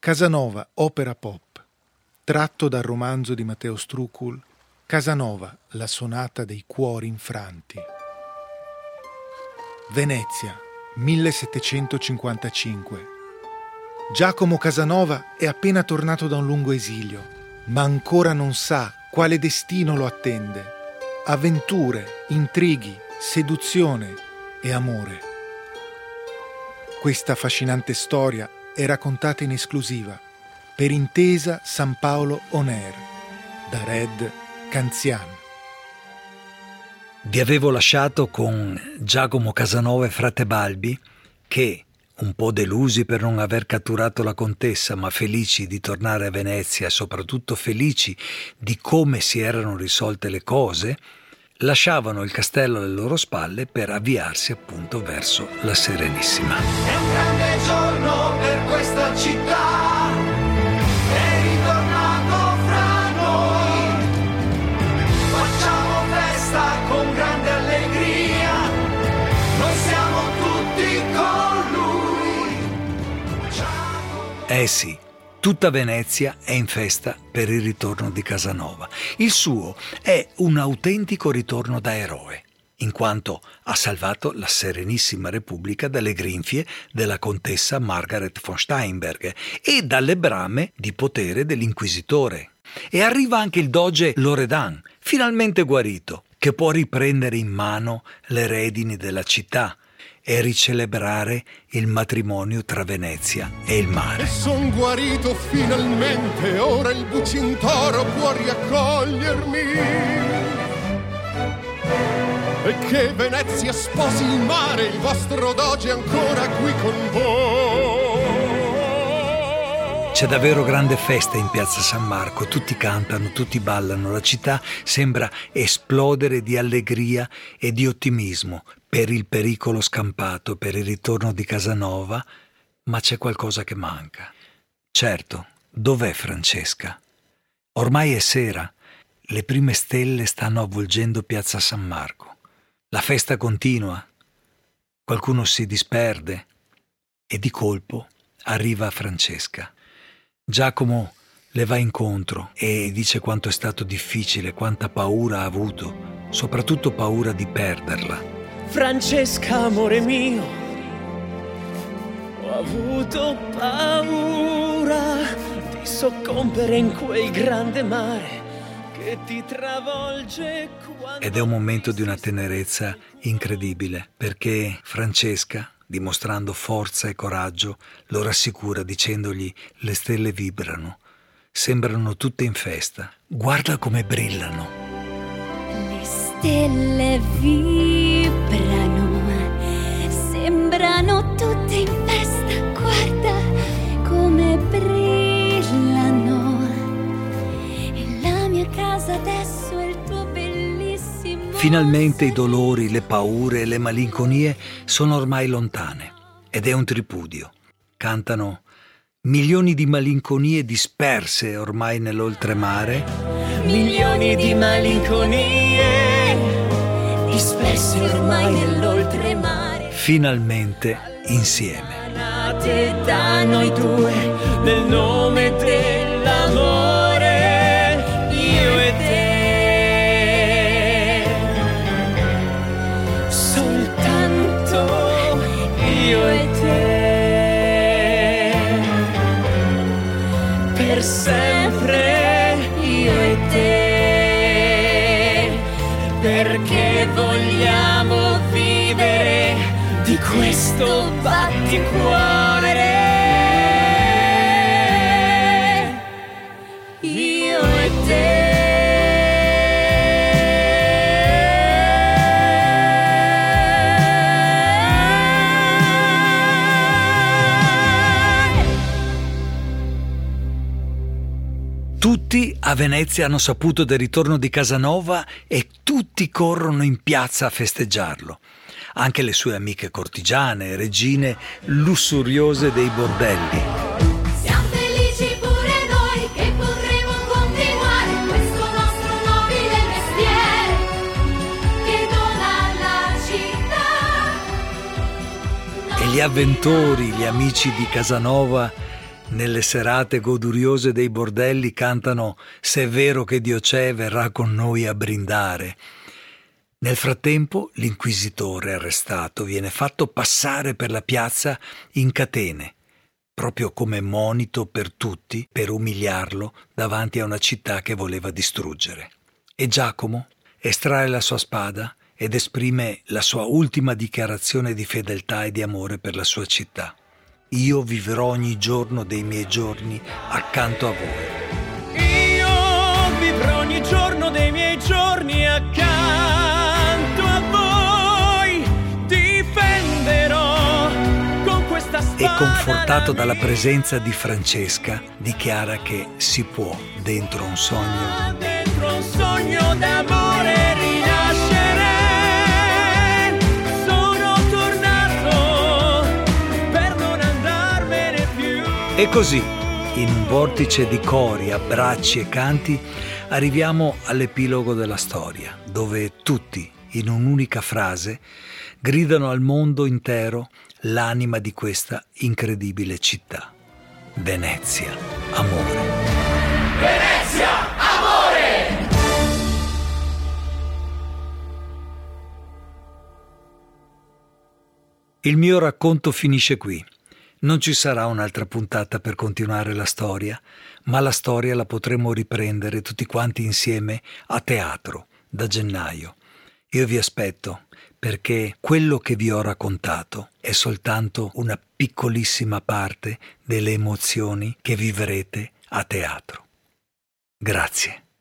Casanova, opera pop, tratto dal romanzo di Matteo Strucul, Casanova, la sonata dei cuori infranti. Venezia, 1755. Giacomo Casanova è appena tornato da un lungo esilio, ma ancora non sa quale destino lo attende. Avventure, intrighi, seduzione e amore. Questa affascinante storia è raccontata in esclusiva per Intesa San Paolo On Air da Red Canzian. Vi avevo lasciato con Giacomo Casanova e frate Balbi che, un po' delusi per non aver catturato la contessa, ma felici di tornare a Venezia e soprattutto felici di come si erano risolte le cose, lasciavano il castello alle loro spalle per avviarsi appunto verso la Serenissima. È un grande giorno per questa città, è ritornato fra noi, facciamo festa con grande allegria, noi siamo tutti con lui. Eh sì, tutta Venezia è in festa per il ritorno di Casanova. Il suo è un autentico ritorno da eroe, in quanto ha salvato la Serenissima Repubblica dalle grinfie della contessa Margaret von Steinberg e dalle brame di potere dell'inquisitore. E arriva anche il doge Loredan, finalmente guarito, che può riprendere in mano le redini della città e ricelebrare il matrimonio tra Venezia e il mare. E son guarito finalmente, ora il Bucintoro può riaccogliermi. E che Venezia sposi il mare, il vostro doge è ancora qui con voi. C'è davvero grande festa in piazza San Marco, tutti cantano, tutti ballano, la città sembra esplodere di allegria e di ottimismo per il pericolo scampato, per il ritorno di Casanova, ma c'è qualcosa che manca. Certo, dov'è Francesca? Ormai è sera, le prime stelle stanno avvolgendo piazza San Marco. La festa continua, qualcuno si disperde e di colpo arriva Francesca. Giacomo le va incontro e dice quanto è stato difficile, quanta paura ha avuto, soprattutto paura di perderla. Francesca, amore mio, ho avuto paura di soccombere in quel grande mare che ti travolge quando... Ed è un momento di una tenerezza incredibile, perché Francesca, dimostrando forza e coraggio, lo rassicura dicendogli: le stelle vibrano, sembrano tutte in festa, guarda come brillano. Le stelle vibrano, sembrano tutte in festa, guarda come brillano. E la mia casa adesso è il tuo bellissimo... Finalmente i dolori, le paure e le malinconie sono ormai lontane ed è un tripudio. Cantano milioni di malinconie disperse ormai nell'oltremare. Milioni di malinconie disperse ormai nell'oltremare. Finalmente insieme. Nate da noi due nel nome dell'amore, io e te, soltanto io e te, per sempre io e te, perché vogliamo vivere di questo batticuore, io e te. Tutti a Venezia hanno saputo del ritorno di Casanova e tutti corrono in piazza a festeggiarlo. Anche le sue amiche cortigiane, regine lussuriose dei bordelli. Siamo felici pure noi che potremo continuare questo nostro nobile mestiere che dona alla città. E gli avventori, gli amici di Casanova Nelle serate goduriose dei bordelli cantano «Se è vero che Dio c'è, verrà con noi a brindare». Nel frattempo l'inquisitore arrestato viene fatto passare per la piazza in catene, proprio come monito per tutti, per umiliarlo davanti a una città che voleva distruggere. E Giacomo estrae la sua spada ed esprime la sua ultima dichiarazione di fedeltà e di amore per la sua città. Io vivrò ogni giorno dei miei giorni accanto a voi. Io vivrò ogni giorno dei miei giorni accanto a voi. Difenderò con questa spada. E confortato dalla presenza di Francesca, dichiara che si può, dentro un sogno, Dentro un sogno d'amore rinascere. Sono tornato per non andarmene più. E così, in un vortice di cori, abbracci e canti, arriviamo all'epilogo della storia, dove tutti, in un'unica frase, gridano al mondo intero l'anima di questa incredibile città. Venezia, amore. Venezia, amore! Il mio racconto finisce qui. Non ci sarà un'altra puntata per continuare la storia, ma la storia la potremo riprendere tutti quanti insieme a teatro da gennaio. Io vi aspetto, perché quello che vi ho raccontato è soltanto una piccolissima parte delle emozioni che vivrete a teatro. Grazie.